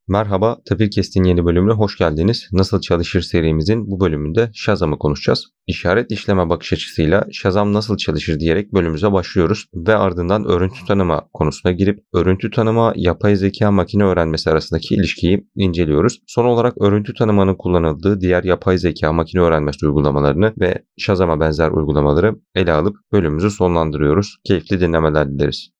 Merhaba, Tapirkest'in yeni bölümüne hoş geldiniz. Nasıl çalışır serimizin bu bölümünde Shazam'ı konuşacağız. İşaret işleme bakış açısıyla Shazam nasıl çalışır diyerek bölümümüze başlıyoruz ve ardından örüntü tanıma konusuna girip örüntü tanıma, yapay zeka makine öğrenmesi arasındaki ilişkiyi inceliyoruz. Son olarak örüntü tanımanın kullanıldığı diğer yapay zeka makine öğrenmesi uygulamalarını ve Shazam'a benzer uygulamaları ele alıp bölümümüzü sonlandırıyoruz. Keyifli dinlemeler dileriz.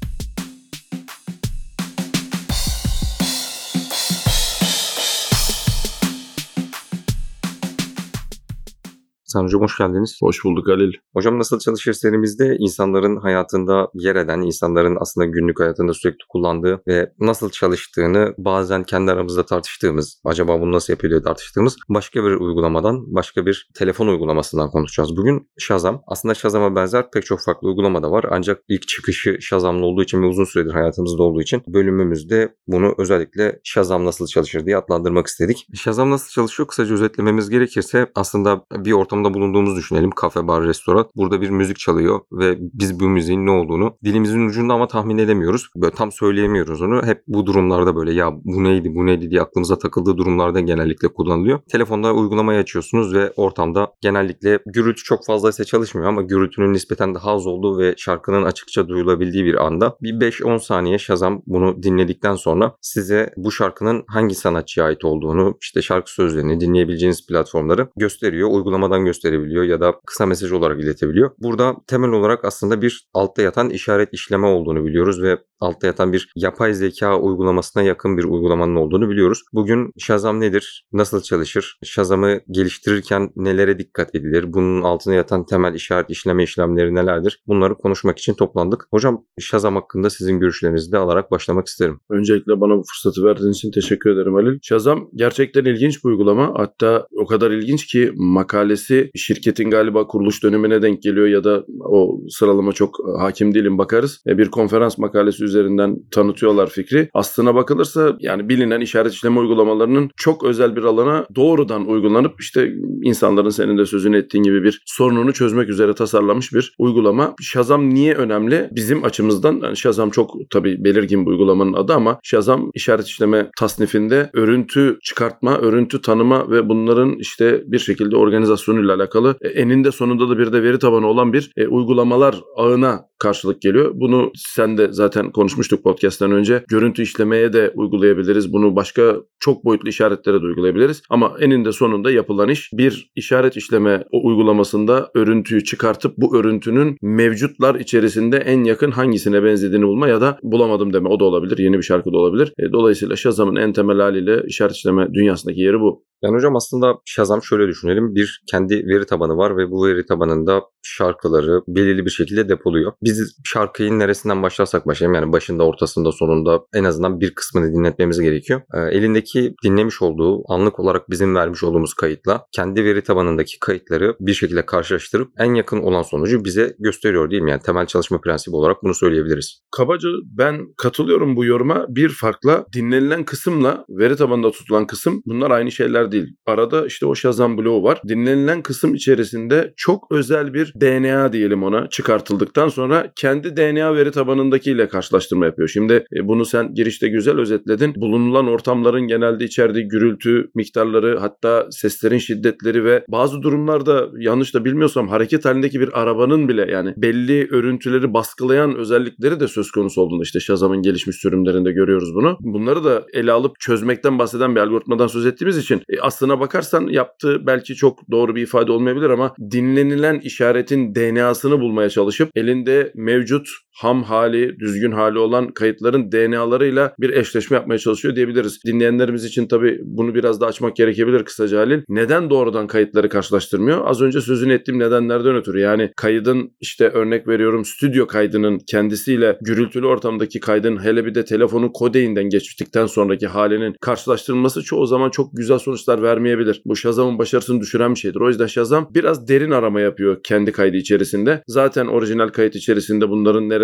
Sen hocam hoş geldiniz. Hoş bulduk Halil. Hocam nasıl çalışır serimizde insanların hayatında yer eden, insanların aslında günlük hayatında sürekli kullandığı ve nasıl çalıştığını bazen kendi aramızda tartıştığımız, acaba bunu nasıl yapıyor diye tartıştığımız başka bir uygulamadan, başka bir telefon uygulamasından konuşacağız. Bugün Shazam. Aslında Shazam'a benzer pek çok farklı uygulama da var. Ancak ilk çıkışı Shazam'lı olduğu için ve uzun süredir hayatımızda olduğu için bölümümüzde bunu özellikle Shazam nasıl çalışır diye adlandırmak istedik. Shazam nasıl çalışıyor? Kısaca özetlememiz gerekirse aslında bir ortamda bulunduğumuzu düşünelim. Kafe, bar, restoran. Burada bir müzik çalıyor ve biz bu müziğin ne olduğunu dilimizin ucunda ama tahmin edemiyoruz. Böyle tam söyleyemiyoruz onu. Hep bu durumlarda böyle ya bu neydi diye aklımıza takıldığı durumlarda genellikle kullanılıyor. Telefonda uygulamayı açıyorsunuz ve ortamda genellikle gürültü çok fazlaysa çalışmıyor ama gürültünün nispeten daha az olduğu ve şarkının açıkça duyulabildiği bir anda bir 5-10 saniye Shazam bunu dinledikten sonra size bu şarkının hangi sanatçıya ait olduğunu, işte şarkı sözlerini dinleyebileceğiniz platformları gösteriyor. Uygulamadan gösterebiliyor ya da kısa mesaj olarak iletebiliyor. Burada temel olarak aslında bir altta yatan işaret işleme olduğunu biliyoruz ve altta yatan bir yapay zeka uygulamasına yakın bir uygulamanın olduğunu biliyoruz. Bugün Shazam nedir? Nasıl çalışır? Shazam'ı geliştirirken nelere dikkat edilir? Bunun altına yatan temel işaret işleme işlemleri nelerdir? Bunları konuşmak için toplandık. Hocam Shazam hakkında sizin görüşlerinizi de alarak başlamak isterim. Öncelikle bana bu fırsatı verdiğin için teşekkür ederim Halil. Shazam gerçekten ilginç bir uygulama. Hatta o kadar ilginç ki makalesi şirketin galiba kuruluş dönemine denk geliyor ya da o sıralama çok hakim değilim, bakarız. Bir konferans makalesi üzerinden tanıtıyorlar fikri. Aslına bakılırsa yani bilinen işaret işleme uygulamalarının çok özel bir alana doğrudan uygulanıp işte insanların senin de sözünü ettiğin gibi bir sorununu çözmek üzere tasarlanmış bir uygulama. Shazam niye önemli? Bizim açımızdan yani Shazam çok tabii belirgin bir uygulamanın adı ama Shazam işaret işleme tasnifinde örüntü çıkartma, örüntü tanıma ve bunların işte bir şekilde organizasyonuyla alakalı eninde sonunda da bir de veri tabanı olan bir uygulamalar ağına karşılık geliyor. Bunu sen de zaten konuşmuştuk podcast'ten önce. Görüntü işlemeye de uygulayabiliriz. Bunu başka çok boyutlu işaretlere de uygulayabiliriz. Ama eninde sonunda yapılan iş bir işaret işleme uygulamasında örüntüyü çıkartıp bu örüntünün mevcutlar içerisinde en yakın hangisine benzediğini bulma ya da bulamadım deme. O da olabilir. Yeni bir şarkı da olabilir. Dolayısıyla Shazam'ın en temel haliyle işaret işleme dünyasındaki yeri bu. Yani hocam aslında Shazam şöyle düşünelim. Bir kendi veri tabanı var ve bu veri tabanında şarkıları belirli bir şekilde depoluyor. Biz şarkıyı neresinden başlarsak başlayalım, yani başında, ortasında, sonunda en azından bir kısmını dinletmemiz gerekiyor. Elindeki dinlemiş olduğu, anlık olarak bizim vermiş olduğumuz kayıtla kendi veri tabanındaki kayıtları bir şekilde karşılaştırıp en yakın olan sonucu bize gösteriyor değil mi? Yani temel çalışma prensibi olarak bunu söyleyebiliriz. Kabaca ben katılıyorum bu yoruma. Bir farkla dinlenilen kısımla veri tabanında tutulan kısım bunlar aynı şeyler değil. Arada işte o Shazam bloğu var. Dinlenilen kısım içerisinde çok özel bir DNA diyelim ona çıkartıldıktan sonra kendi DNA veri tabanındakiyle karşılaştırma yapıyor. Şimdi bunu sen girişte güzel özetledin. Bulunulan ortamların genelde içerdiği gürültü miktarları, hatta seslerin şiddetleri ve bazı durumlarda yanlış da bilmiyorsam hareket halindeki bir arabanın bile yani belli örüntüleri baskılayan özellikleri de söz konusu olduğunda işte Shazam'ın gelişmiş sürümlerinde görüyoruz bunu. Bunları da ele alıp çözmekten bahseden bir algoritmadan söz ettiğimiz için aslına bakarsan yaptığı belki çok doğru bir ifade olmayabilir ama dinlenilen işaretin DNA'sını bulmaya çalışıp elinde mevcut ham hali, düzgün hali olan kayıtların DNA'larıyla bir eşleşme yapmaya çalışıyor diyebiliriz. Dinleyenlerimiz için tabii bunu biraz da açmak gerekebilir kısaca Halil. Neden doğrudan kayıtları karşılaştırmıyor? Az önce sözünü ettiğim nedenlerden ötürü. Yani kaydın işte örnek veriyorum stüdyo kaydının kendisiyle gürültülü ortamdaki kaydın hele bir de telefonun kodeğinden geçtikten sonraki halinin karşılaştırılması çoğu zaman çok güzel sonuçlar vermeyebilir. Bu Shazam'ın başarısını düşüren bir şeydir. O yüzden Shazam biraz derin arama yapıyor kendi kaydı içerisinde. Zaten orijinal kayıt içerisinde bunların nerede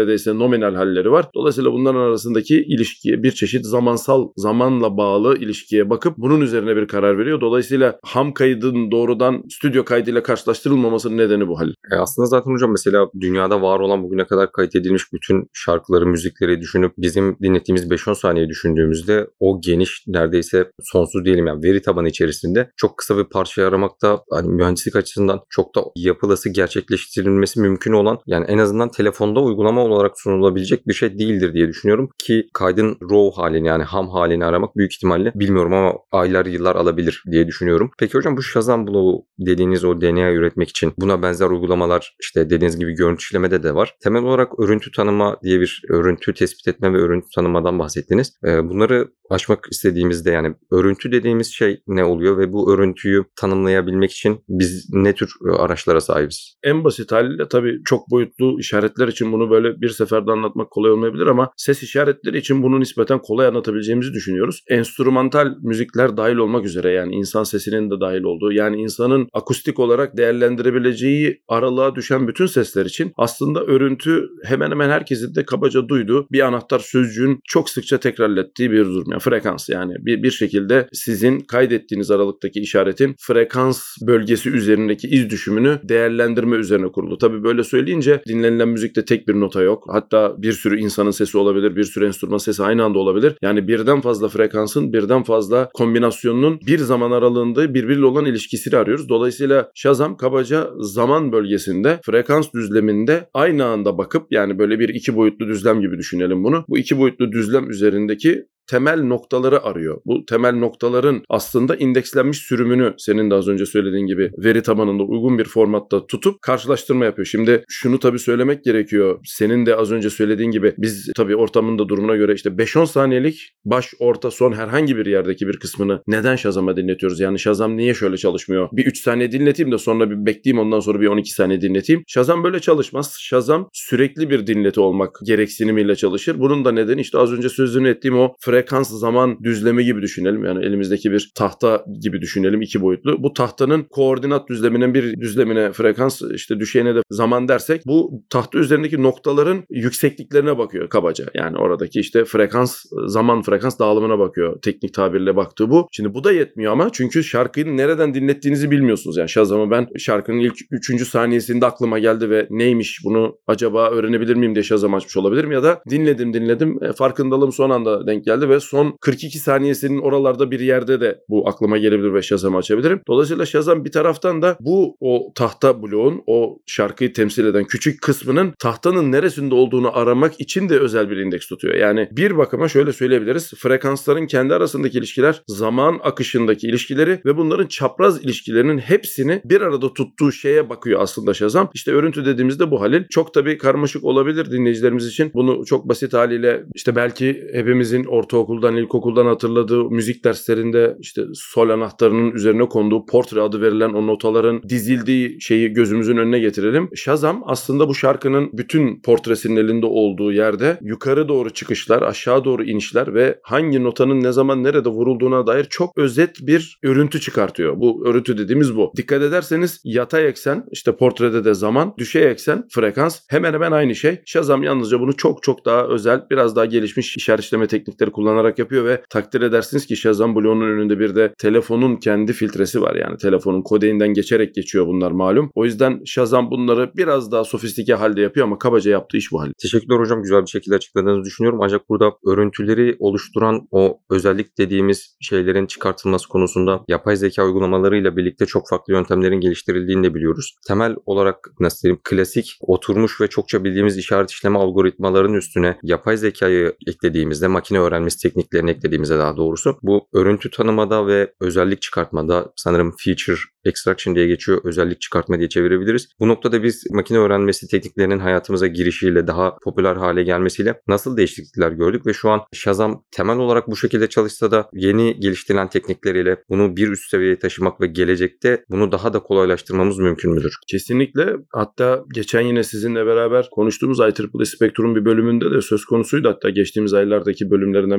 neredeyse nominal halleri var. Dolayısıyla bunların arasındaki ilişkiye bir çeşit zamanla bağlı ilişkiye bakıp bunun üzerine bir karar veriyor. Dolayısıyla ham kaydın doğrudan stüdyo kaydıyla karşılaştırılmamasının nedeni bu Halil. Aslında zaten hocam mesela dünyada var olan bugüne kadar kayıt edilmiş bütün şarkıları, müzikleri düşünüp bizim dinlettiğimiz 5-10 saniye düşündüğümüzde o geniş neredeyse sonsuz diyelim yani veri tabanı içerisinde çok kısa bir parça aramakta hani mühendislik açısından çok da yapılası gerçekleştirilmesi mümkün olan yani en azından telefonda uygulama olarak sunulabilecek bir şey değildir diye düşünüyorum ki kaydın raw halini yani ham halini aramak büyük ihtimalle bilmiyorum ama aylar yıllar alabilir diye düşünüyorum. Peki hocam bu Shazam bloğu dediğiniz o DNA üretmek için buna benzer uygulamalar işte dediğiniz gibi görüntü işlemede de var. Temel olarak örüntü tanıma diye bir örüntü tespit etme ve örüntü tanımadan bahsettiniz. Bunları açmak istediğimizde yani örüntü dediğimiz şey ne oluyor ve bu örüntüyü tanımlayabilmek için biz ne tür araçlara sahibiz? En basit haliyle tabii çok boyutlu işaretler için bunu böyle bir seferde anlatmak kolay olmayabilir ama ses işaretleri için bunu nispeten kolay anlatabileceğimizi düşünüyoruz. Enstrümantal müzikler dahil olmak üzere yani insan sesinin de dahil olduğu yani insanın akustik olarak değerlendirebileceği aralığa düşen bütün sesler için aslında örüntü hemen hemen herkesin de kabaca duyduğu bir anahtar sözcüğün çok sıkça tekrarlattığı bir durum. Yani frekans yani bir şekilde sizin kaydettiğiniz aralıktaki işaretin frekans bölgesi üzerindeki iz düşümünü değerlendirme üzerine kurulu. Tabii böyle söyleyince dinlenilen müzikte tek bir nota yok. Hatta bir sürü insanın sesi olabilir, bir sürü enstrüman sesi aynı anda olabilir. Yani birden fazla frekansın, birden fazla kombinasyonunun bir zaman aralığında birbiriyle olan ilişkisini arıyoruz. Dolayısıyla Shazam kabaca zaman bölgesinde, frekans düzleminde aynı anda bakıp yani böyle bir iki boyutlu düzlem gibi düşünelim bunu. Bu iki boyutlu düzlem üzerindeki temel noktaları arıyor. Bu temel noktaların aslında indekslenmiş sürümünü senin de az önce söylediğin gibi veri tabanında uygun bir formatta tutup karşılaştırma yapıyor. Şimdi şunu tabii söylemek gerekiyor. Senin de az önce söylediğin gibi biz tabii ortamında durumuna göre işte 5-10 saniyelik baş, orta, son herhangi bir yerdeki bir kısmını neden Shazam'a dinletiyoruz? Yani Shazam niye şöyle çalışmıyor? Bir 3 saniye dinleteyim de sonra bir bekleyeyim ondan sonra bir 12 saniye dinleteyim. Shazam böyle çalışmaz. Shazam sürekli bir dinleti olmak gereksinimiyle çalışır. Bunun da nedeni işte az önce sözünü ettiğim o frekans zaman düzlemi gibi düşünelim. Yani elimizdeki bir tahta gibi düşünelim, iki boyutlu. Bu tahtanın koordinat düzleminin bir düzlemine frekans, işte düşeyine de zaman dersek bu tahta üzerindeki noktaların yüksekliklerine bakıyor kabaca. Yani oradaki işte frekans dağılımına bakıyor. Teknik tabirle baktığı bu. Şimdi bu da yetmiyor ama çünkü şarkıyı nereden dinlettiğinizi bilmiyorsunuz. Yani Shazam'ı ben şarkının ilk 3. saniyesinde aklıma geldi ve neymiş bunu acaba öğrenebilir miyim diye Shazam açmış olabilirim ya da dinledim farkındalığım son anda denk geldi ve son 42 saniyesinin oralarda bir yerde de bu aklıma gelebilir ve Shazam'ı açabilirim. Dolayısıyla Shazam bir taraftan da o tahta bloğun o şarkıyı temsil eden küçük kısmının tahtanın neresinde olduğunu aramak için de özel bir indeks tutuyor. Yani bir bakıma şöyle söyleyebiliriz. Frekansların kendi arasındaki ilişkiler, zaman akışındaki ilişkileri ve bunların çapraz ilişkilerinin hepsini bir arada tuttuğu şeye bakıyor aslında Shazam. İşte örüntü dediğimizde bu Halil. Çok tabii karmaşık olabilir dinleyicilerimiz için. Bunu çok basit haliyle işte belki hepimizin ortaokuldan, ilkokuldan hatırladığı müzik derslerinde işte sol anahtarının üzerine konduğu portre adı verilen o notaların dizildiği şeyi gözümüzün önüne getirelim. Shazam aslında bu şarkının bütün portresinin elinde olduğu yerde yukarı doğru çıkışlar, aşağı doğru inişler ve hangi notanın ne zaman nerede vurulduğuna dair çok özet bir örüntü çıkartıyor. Bu örüntü dediğimiz bu. Dikkat ederseniz yatay eksen işte portrede de zaman, düşey eksen frekans hemen hemen aynı şey. Shazam yalnızca bunu çok daha özel, biraz daha gelişmiş işaretleme teknikleri kullanarak yapıyor ve takdir edersiniz ki Shazam bloğunun önünde bir de telefonun kendi filtresi var. Yani telefonun kodeğinden geçerek geçiyor bunlar malum. O yüzden Shazam bunları biraz daha sofistike halde yapıyor ama kabaca yaptığı iş bu hal. Teşekkürler hocam. Güzel bir şekilde açıkladığınızı düşünüyorum. Ancak burada örüntüleri oluşturan o özellik dediğimiz şeylerin çıkartılması konusunda yapay zeka uygulamalarıyla birlikte çok farklı yöntemlerin geliştirildiğini de biliyoruz. Temel olarak nasıl diyeyim klasik oturmuş ve çokça bildiğimiz işaret işleme algoritmalarının üstüne yapay zekayı eklediğimizde, makine öğrenmesi tekniklerini eklediğimizde daha doğrusu bu örüntü tanımada ve özellik çıkartmada sanırım feature extraction diye geçiyor. Özellik çıkartma diye çevirebiliriz. Bu noktada biz makine öğrenmesi tekniklerinin hayatımıza girişiyle daha popüler hale gelmesiyle nasıl değişiklikler gördük ve şu an Shazam temel olarak bu şekilde çalışsa da yeni geliştirilen teknikleriyle bunu bir üst seviyeye taşımak ve gelecekte bunu daha da kolaylaştırmamız mümkün müdür? Kesinlikle. Hatta geçen yine sizinle beraber konuştuğumuz IEEE Spectrum'un bir bölümünde de söz konusuydu. Hatta geçtiğimiz aylardaki bölümlerinden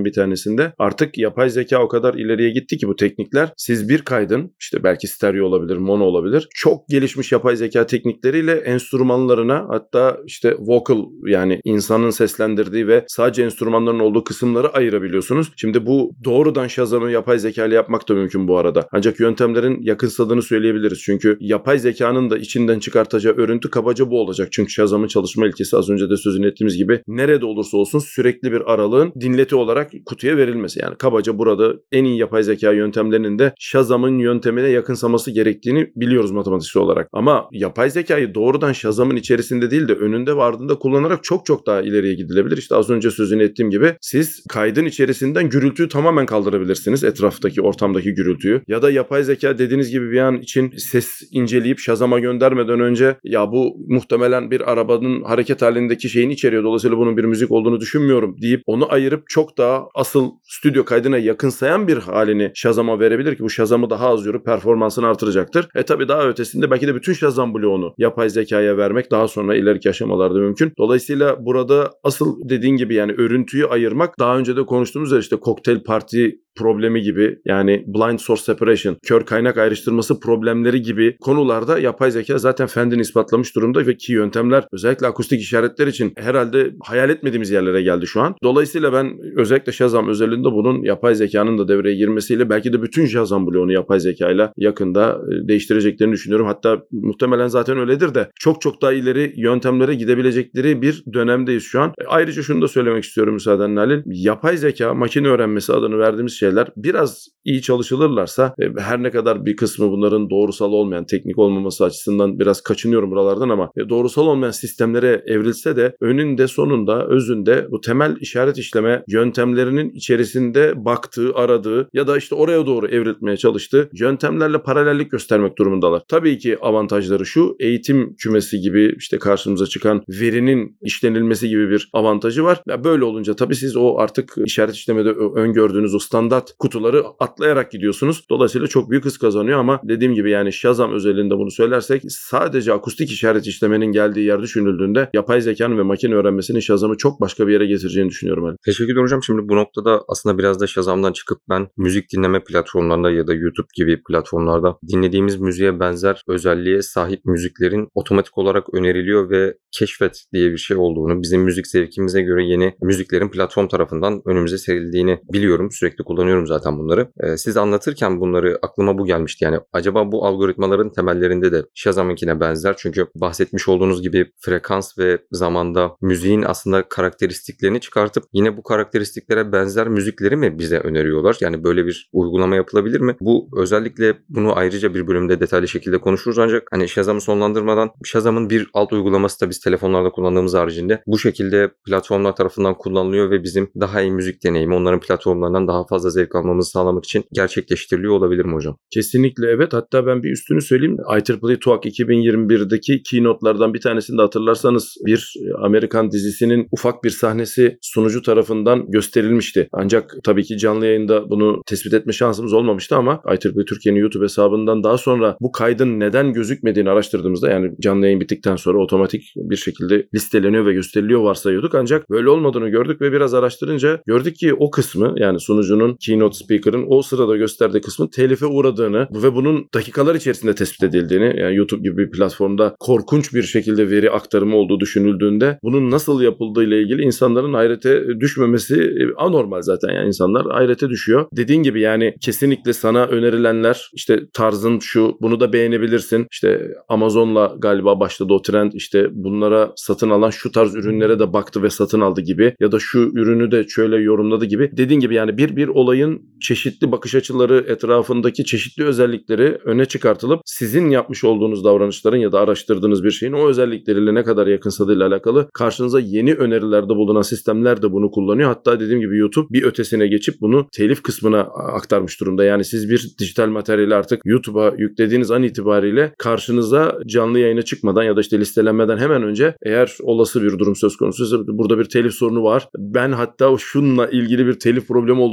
bir tanesinde artık yapay zeka o kadar ileriye gitti ki bu teknikler, siz bir kaydın işte belki stereo olabilir, mono olabilir, çok gelişmiş yapay zeka teknikleriyle enstrümanlarına, hatta işte vocal yani insanın seslendirdiği ve sadece enstrümanların olduğu kısımları ayırabiliyorsunuz. Şimdi bu doğrudan Shazam'ı yapay zeka ile yapmak da mümkün bu arada. Ancak yöntemlerin yakınsadığını söyleyebiliriz. Çünkü yapay zekanın da içinden çıkartacağı örüntü kabaca bu olacak. Çünkü Shazam'ın çalışma ilkesi az önce de sözünü ettiğimiz gibi nerede olursa olsun sürekli bir aralığın dinleti olarak kutuya verilmesi. Yani kabaca burada en iyi yapay zeka yöntemlerinin de Shazam'ın yöntemine yakınsaması gerektiğini biliyoruz matematiksel olarak. Ama yapay zekayı doğrudan Shazam'ın içerisinde değil de önünde ve ardında kullanarak çok çok daha ileriye gidilebilir. İşte az önce sözünü ettiğim gibi siz kaydın içerisinden gürültüyü tamamen kaldırabilirsiniz. Etraftaki, ortamdaki gürültüyü. Ya da yapay zeka dediğiniz gibi bir an için ses inceleyip Shazam'a göndermeden önce ya bu muhtemelen bir arabanın hareket halindeki şeyini içeriyor, dolayısıyla bunun bir müzik olduğunu düşünmüyorum deyip onu ayırıp çok daha asıl stüdyo kaydına yakınsayan bir halini Shazam'a verebilir ki bu Shazam'ı daha az yorup performansını artıracaktır. Tabii daha ötesinde belki de bütün Shazam bloğunu yapay zekaya vermek daha sonra ileriki aşamalarda mümkün. Dolayısıyla burada asıl dediğin gibi yani örüntüyü ayırmak, daha önce de konuştuğumuz ya işte kokteyl parti problemi gibi, yani blind source separation, kör kaynak ayrıştırması problemleri gibi konularda yapay zeka zaten kendini ispatlamış durumda ve ki yöntemler özellikle akustik işaretler için herhalde hayal etmediğimiz yerlere geldi şu an. Dolayısıyla ben özellikle Shazam özelinde bunun yapay zekanın da devreye girmesiyle belki de bütün Shazam bloğunu yapay zekayla yakında değiştireceklerini düşünüyorum. Hatta muhtemelen zaten öyledir de çok çok daha ileri yöntemlere gidebilecekleri bir dönemdeyiz şu an. Ayrıca şunu da söylemek istiyorum müsaadenle Halil. Yapay zeka, makine öğrenmesi adını verdiğimiz şeyler biraz iyi çalışılırlarsa, her ne kadar bir kısmı bunların doğrusal olmayan, teknik olmaması açısından biraz kaçınıyorum buralardan ama doğrusal olmayan sistemlere evrilse de önünde sonunda özünde bu temel işaret işleme yöntemlerinin içerisinde baktığı, aradığı ya da işte oraya doğru evrilmeye çalıştığı yöntemlerle paralellik göstermek durumundalar. Tabii ki avantajları şu: eğitim kümesi gibi işte karşımıza çıkan verinin işlenilmesi gibi bir avantajı var. Ya böyle olunca tabii siz o artık işaret işlemede öngördüğünüz o standart kutuları atlayarak gidiyorsunuz. Dolayısıyla çok büyük hız kazanıyor ama dediğim gibi yani Shazam özelinde bunu söylersek sadece akustik işaret işlemenin geldiği yer düşünüldüğünde yapay zekanın ve makine öğrenmesinin Shazam'ı çok başka bir yere getireceğini düşünüyorum. Ali. Teşekkür ederim hocam. Şimdi bu noktada aslında biraz da Shazam'dan çıkıp ben müzik dinleme platformlarında ya da YouTube gibi platformlarda dinlediğimiz müziğe benzer özelliğe sahip müziklerin otomatik olarak öneriliyor ve keşfet diye bir şey olduğunu, bizim müzik zevkimize göre yeni müziklerin platform tarafından önümüze serildiğini biliyorum. Sürekli kullanıyorum zaten bunları. Siz anlatırken bunları aklıma bu gelmişti. Yani acaba bu algoritmaların temellerinde de Shazam'ınkine benzer. Çünkü bahsetmiş olduğunuz gibi frekans ve zamanda müziğin aslında karakteristiklerini çıkartıp yine bu karakteristiklere benzer müzikleri mi bize öneriyorlar? Yani böyle bir uygulama yapılabilir mi? Bu özellikle bunu ayrıca bir bölümde detaylı şekilde konuşuruz ancak hani Shazam'ı sonlandırmadan Shazam'ın bir alt uygulaması da biz telefonlarda kullandığımız haricinde bu şekilde platformlar tarafından kullanılıyor ve bizim daha iyi müzik deneyimi onların platformlarından daha fazla zevk almamızı sağlamak için gerçekleştiriliyor olabilir mi hocam? Kesinlikle evet. Hatta ben bir üstünü söyleyeyim. IEEE TUAC 2021'deki keynote'lardan bir tanesini de hatırlarsanız bir Amerikan dizisinin ufak bir sahnesi sunucu tarafından gösterilmişti. Ancak tabii ki canlı yayında bunu tespit etme şansımız olmamıştı ama IEEE Türkiye'nin YouTube hesabından daha sonra bu kaydın neden gözükmediğini araştırdığımızda, yani canlı yayın bittikten sonra otomatik bir şekilde listeleniyor ve gösteriliyor varsayıyorduk. Ancak böyle olmadığını gördük ve biraz araştırınca gördük ki o kısmı, yani sunucunun, keynote speaker'ın o sırada gösterdiği kısmın telife uğradığını ve bunun dakikalar içerisinde tespit edildiğini, yani YouTube gibi bir platformda korkunç bir şekilde veri aktarımı olduğu düşünüldüğünde bunun nasıl yapıldığı ile ilgili insanların hayrete düşmemesi anormal zaten. Yani insanlar hayrete düşüyor. Dediğin gibi yani kesinlikle sana önerilenler işte tarzın şu, bunu da beğenebilirsin. İşte Amazon'la galiba başladı o trend, işte bunlara satın alan şu tarz ürünlere de baktı ve satın aldı gibi ya da şu ürünü de şöyle yorumladı gibi. Dediğin gibi yani bir olayın çeşitli bakış açıları, etrafındaki çeşitli özellikleri öne çıkartılıp sizin yapmış olduğunuz davranışların ya da araştırdığınız bir şeyin o özellikleriyle ne kadar yakınsadığıyla alakalı karşınıza yeni önerilerde bulunan sistemler de bunu kullanıyor. Hatta dediğim gibi YouTube bir ötesine geçip bunu telif kısmına aktarmış durumda. Yani siz bir dijital materyali artık YouTube'a yüklediğiniz an itibariyle karşınıza canlı yayına çıkmadan ya da işte listelenmeden hemen önce, eğer olası bir durum söz konusuysa burada bir telif sorunu var, ben hatta şununla ilgili bir telif problemi olduğunu düşünüyorum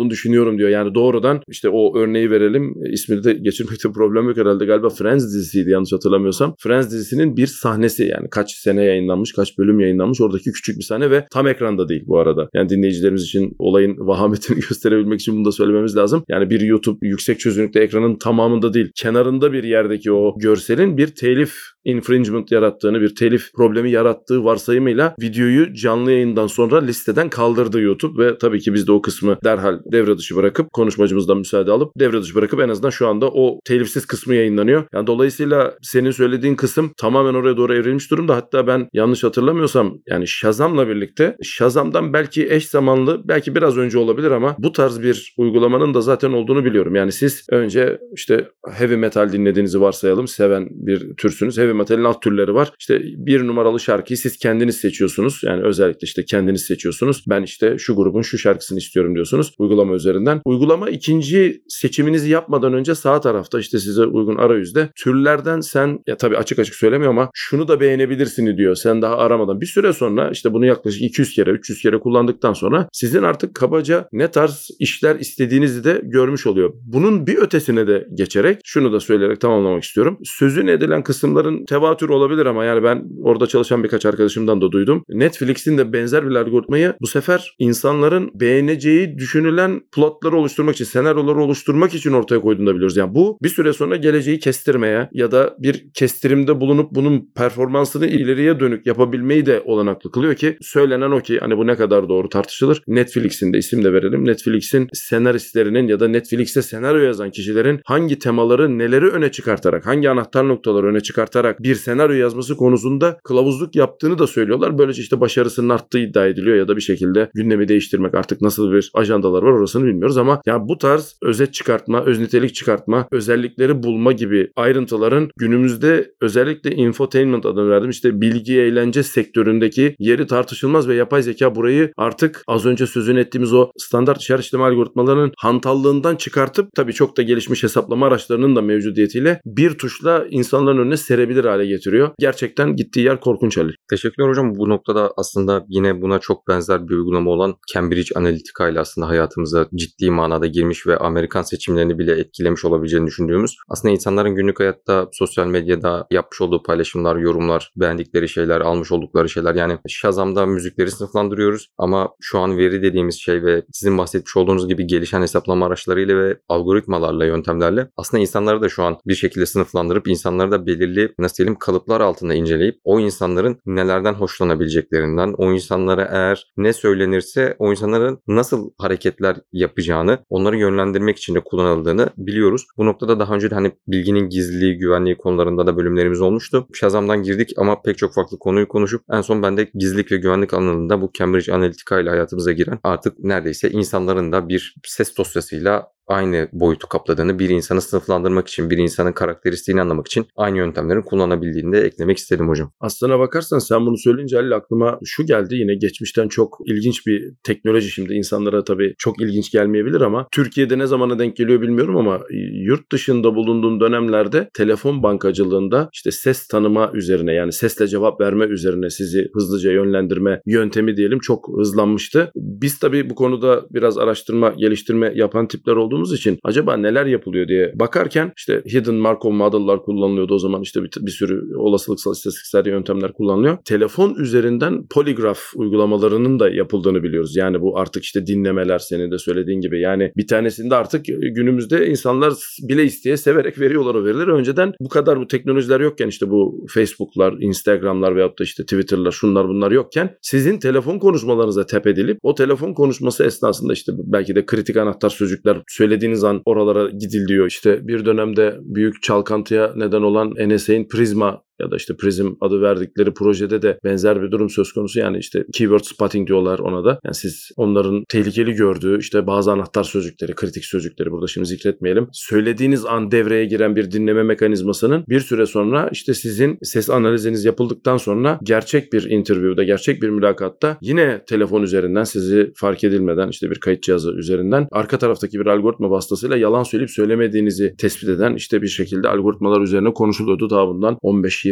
izliyorum diyor. Yani doğrudan işte o örneği verelim. İsmini de geçirmekte problem yok herhalde. Galiba Friends dizisiydi yanlış hatırlamıyorsam. Friends dizisinin bir sahnesi, yani kaç sene yayınlanmış, kaç bölüm yayınlanmış. Oradaki küçük bir sahne ve tam ekranda değil bu arada. Yani dinleyicilerimiz için olayın vahametini gösterebilmek için bunu da söylememiz lazım. Yani bir YouTube yüksek çözünürlükte ekranın tamamında değil, kenarında bir yerdeki o görselin bir telif infringement yarattığını, bir telif problemi yarattığı varsayımıyla videoyu canlı yayından sonra listeden kaldırdı YouTube ve tabii ki biz de o kısmı derhal devre dışı bırakıp, konuşmacımızdan müsaade alıp devre dışı bırakıp en azından şu anda o telifsiz kısmı yayınlanıyor. Yani dolayısıyla senin söylediğin kısım tamamen oraya doğru evrilmiş durumda. Hatta ben yanlış hatırlamıyorsam yani Shazam'la birlikte, Shazam'dan belki eş zamanlı, belki biraz önce olabilir ama bu tarz bir uygulamanın da zaten olduğunu biliyorum. Yani siz önce işte heavy metal dinlediğinizi varsayalım. Seven bir türsünüz. Heavy metal'in alt türleri var. İşte bir numaralı şarkıyı siz kendiniz seçiyorsunuz. Yani özellikle işte kendiniz seçiyorsunuz. Ben işte şu grubun şu şarkısını istiyorum diyorsunuz uygulama üzerinden. Uygulama ikinci seçiminizi yapmadan önce sağ tarafta işte size uygun arayüzde türlerden sen, ya tabii açık açık söylemiyor ama şunu da beğenebilirsin diyor. Sen daha aramadan bir süre sonra işte bunu yaklaşık 200 kere 300 kere kullandıktan sonra sizin artık kabaca ne tarz işler istediğinizi de görmüş oluyor. Bunun bir ötesine de geçerek şunu da söyleyerek tamamlamak istiyorum. Sözün edilen kısımların tevatür olabilir ama yani ben orada çalışan birkaç arkadaşımdan da duydum. Netflix'in de benzer bir algoritmayı bu sefer insanların beğeneceği düşünülen plotları oluşturmak için, senaryoları oluşturmak için ortaya koyduğunu da biliyoruz. Yani bu bir süre sonra geleceği kestirmeye ya da bir kestirimde bulunup bunun performansını ileriye dönük yapabilmeyi de olanaklı kılıyor ki söylenen o ki hani bu ne kadar doğru tartışılır. Netflix'in de isim de verelim. Netflix'in senaristlerinin ya da Netflix'te senaryo yazan kişilerin hangi temaları neleri öne çıkartarak, hangi anahtar noktaları öne çıkartarak bir senaryo yazması konusunda kılavuzluk yaptığını da söylüyorlar. Böylece işte başarısının arttığı iddia ediliyor ya da bir şekilde gündemi değiştirmek, artık nasıl bir ajandalar var orasını bilmiyoruz ama yani bu tarz özet çıkartma, öz nitelik çıkartma, özellikleri bulma gibi ayrıntıların günümüzde özellikle infotainment adını verdim. İşte bilgi eğlence sektöründeki yeri tartışılmaz ve yapay zeka burayı artık az önce sözünü ettiğimiz o standart işaret işleme algoritmalarının hantallığından çıkartıp tabii çok da gelişmiş hesaplama araçlarının da mevcudiyetiyle bir tuşla insanların önüne serebilir hale getiriyor. Gerçekten gittiği yer korkunç Halil. Teşekkürler hocam. Bu noktada aslında yine buna çok benzer bir uygulama olan Cambridge Analytica ile aslında hayatımıza ciddi manada girmiş ve Amerikan seçimlerini bile etkilemiş olabileceğini düşündüğümüz, aslında insanların günlük hayatta sosyal medyada yapmış olduğu paylaşımlar, yorumlar, beğendikleri şeyler, almış oldukları şeyler, yani Shazam'da müzikleri sınıflandırıyoruz ama şu an veri dediğimiz şey ve sizin bahsetmiş olduğunuz gibi gelişen hesaplama araçlarıyla ve algoritmalarla, yöntemlerle aslında insanları da şu an bir şekilde sınıflandırıp insanları da belirli, nasıl diyelim, kalıplar altında inceleyip o insanların nelerden hoşlanabileceklerinden, o insanlara eğer ne söylenirse o insanların nasıl hareketler yapacağını, onları yönlendirmek için de kullanıldığını biliyoruz. Bu noktada daha önce de hani bilginin gizliliği, güvenliği konularında da bölümlerimiz olmuştu. Shazam'dan girdik ama pek çok farklı konuyu konuşup en son ben de gizlilik ve güvenlik alanında bu Cambridge Analytica ile hayatımıza giren, artık neredeyse insanların da bir ses dosyasıyla aynı boyutu kapladığını, bir insanı sınıflandırmak için, bir insanın karakteristiğini anlamak için aynı yöntemlerin kullanabildiğini de eklemek istedim hocam. Aslına bakarsan sen bunu söyleyince Halil aklıma şu geldi, yine geçmişten çok ilginç bir teknoloji, şimdi insanlara tabii çok ilginç gelmeyebilir ama Türkiye'de ne zamana denk geliyor bilmiyorum ama yurt dışında bulunduğum dönemlerde telefon bankacılığında işte ses tanıma üzerine, yani sesle cevap verme üzerine sizi hızlıca yönlendirme yöntemi diyelim çok hızlanmıştı. Biz tabii bu konuda biraz araştırma, geliştirme yapan tipler olduğumuz için acaba neler yapılıyor diye bakarken işte hidden Markov model'lar kullanılıyordu o zaman, işte bir sürü olasılıksal istatistiksel yöntemler kullanılıyor. Telefon üzerinden poligraf uygulamalarının da yapıldığını biliyoruz. Yani bu artık işte dinlemeler, senin de söylediğin gibi, yani bir tanesinde artık günümüzde insanlar bile isteye severek veriyorlar o verileri. Önceden bu kadar bu teknolojiler yokken, işte bu Facebook'lar, Instagram'lar veyahut da işte Twitter'lar, şunlar bunlar yokken sizin telefon konuşmalarınıza tap edilip o telefon konuşması esnasında işte belki de kritik anahtar sözcükler söylediğiniz an oralara gidiliyor. İşte bir dönemde büyük çalkantıya neden olan NSA'nin Prisma ya da işte Prism adı verdikleri projede de benzer bir durum söz konusu. Yani işte keyword spotting diyorlar ona da. Yani siz onların tehlikeli gördüğü işte bazı anahtar sözcükleri, kritik sözcükleri burada şimdi zikretmeyelim, söylediğiniz an devreye giren bir dinleme mekanizmasının bir süre sonra işte sizin ses analiziniz yapıldıktan sonra gerçek bir interview'da, gerçek bir mülakatta yine telefon üzerinden sizi fark edilmeden işte bir kayıt cihazı üzerinden arka taraftaki bir algoritma vasıtasıyla yalan söyleyip söylemediğinizi tespit eden işte bir şekilde algoritmalar üzerine konuşuluyordu daha bundan 15-20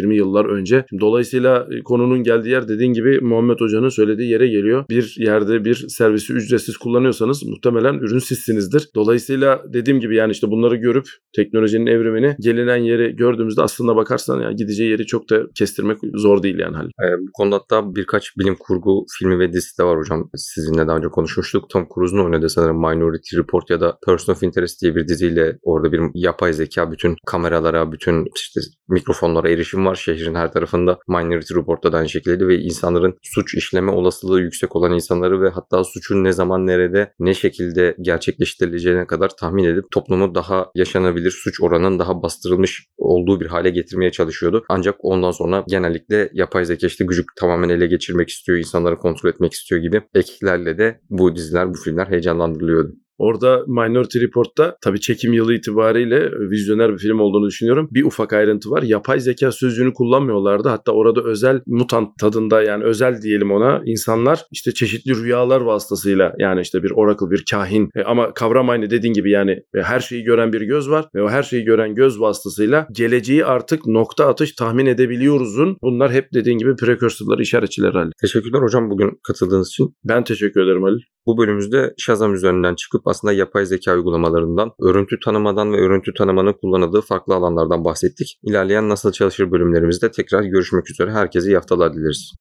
20 yıllar önce. Dolayısıyla konunun geldiği yer dediğin gibi Muhammed Hoca'nın söylediği yere geliyor. Bir yerde bir servisi ücretsiz kullanıyorsanız muhtemelen ürün sizsinizdir. Dolayısıyla dediğim gibi yani işte bunları görüp teknolojinin evrimini, gelinen yeri gördüğümüzde aslında bakarsan ya gideceği yeri çok da kestirmek zor değil yani Halil. Bu konuda hatta birkaç bilim kurgu filmi ve dizisi de var hocam. Sizinle daha önce konuşmuştuk. Tom Cruise'un oynadığı sanırım Minority Report ya da Person of Interest diye bir diziyle orada bir yapay zeka bütün kameralara, bütün işte mikrofonlara erişim var şehrin her tarafında. Minority Report'ta da aynı şekilde ve insanların suç işleme olasılığı yüksek olan insanları ve hatta suçun ne zaman, nerede, ne şekilde gerçekleştirileceğine kadar tahmin edip toplumu daha yaşanabilir, suç oranının daha bastırılmış olduğu bir hale getirmeye çalışıyordu. Ancak ondan sonra genellikle yapay zeka işte gücü tamamen ele geçirmek istiyor, insanları kontrol etmek istiyor gibi eklerle de bu diziler, bu filmler heyecanlandırılıyordu. Orada Minority Report'ta tabii çekim yılı itibariyle vizyoner bir film olduğunu düşünüyorum. Bir ufak ayrıntı var. Yapay zeka sözcüğünü kullanmıyorlardı. Hatta orada özel mutant tadında yani özel diyelim ona insanlar işte çeşitli rüyalar vasıtasıyla yani işte bir oracle, bir kahin ama kavram aynı dediğin gibi yani her şeyi gören bir göz var ve o her şeyi gören göz vasıtasıyla geleceği artık nokta atış tahmin edebiliyoruzun. Bunlar hep dediğin gibi precursor'lar, işaretçiler hali. Teşekkürler hocam bugün katıldığınız için. Ben teşekkür ederim Halil. Bu bölümümüzde Shazam üzerinden çıkıp aslında yapay zeka uygulamalarından, örüntü tanımadan ve örüntü tanımanın kullanıldığı farklı alanlardan bahsettik. İlerleyen Nasıl Çalışır bölümlerimizde tekrar görüşmek üzere. Herkese iyi haftalar dileriz.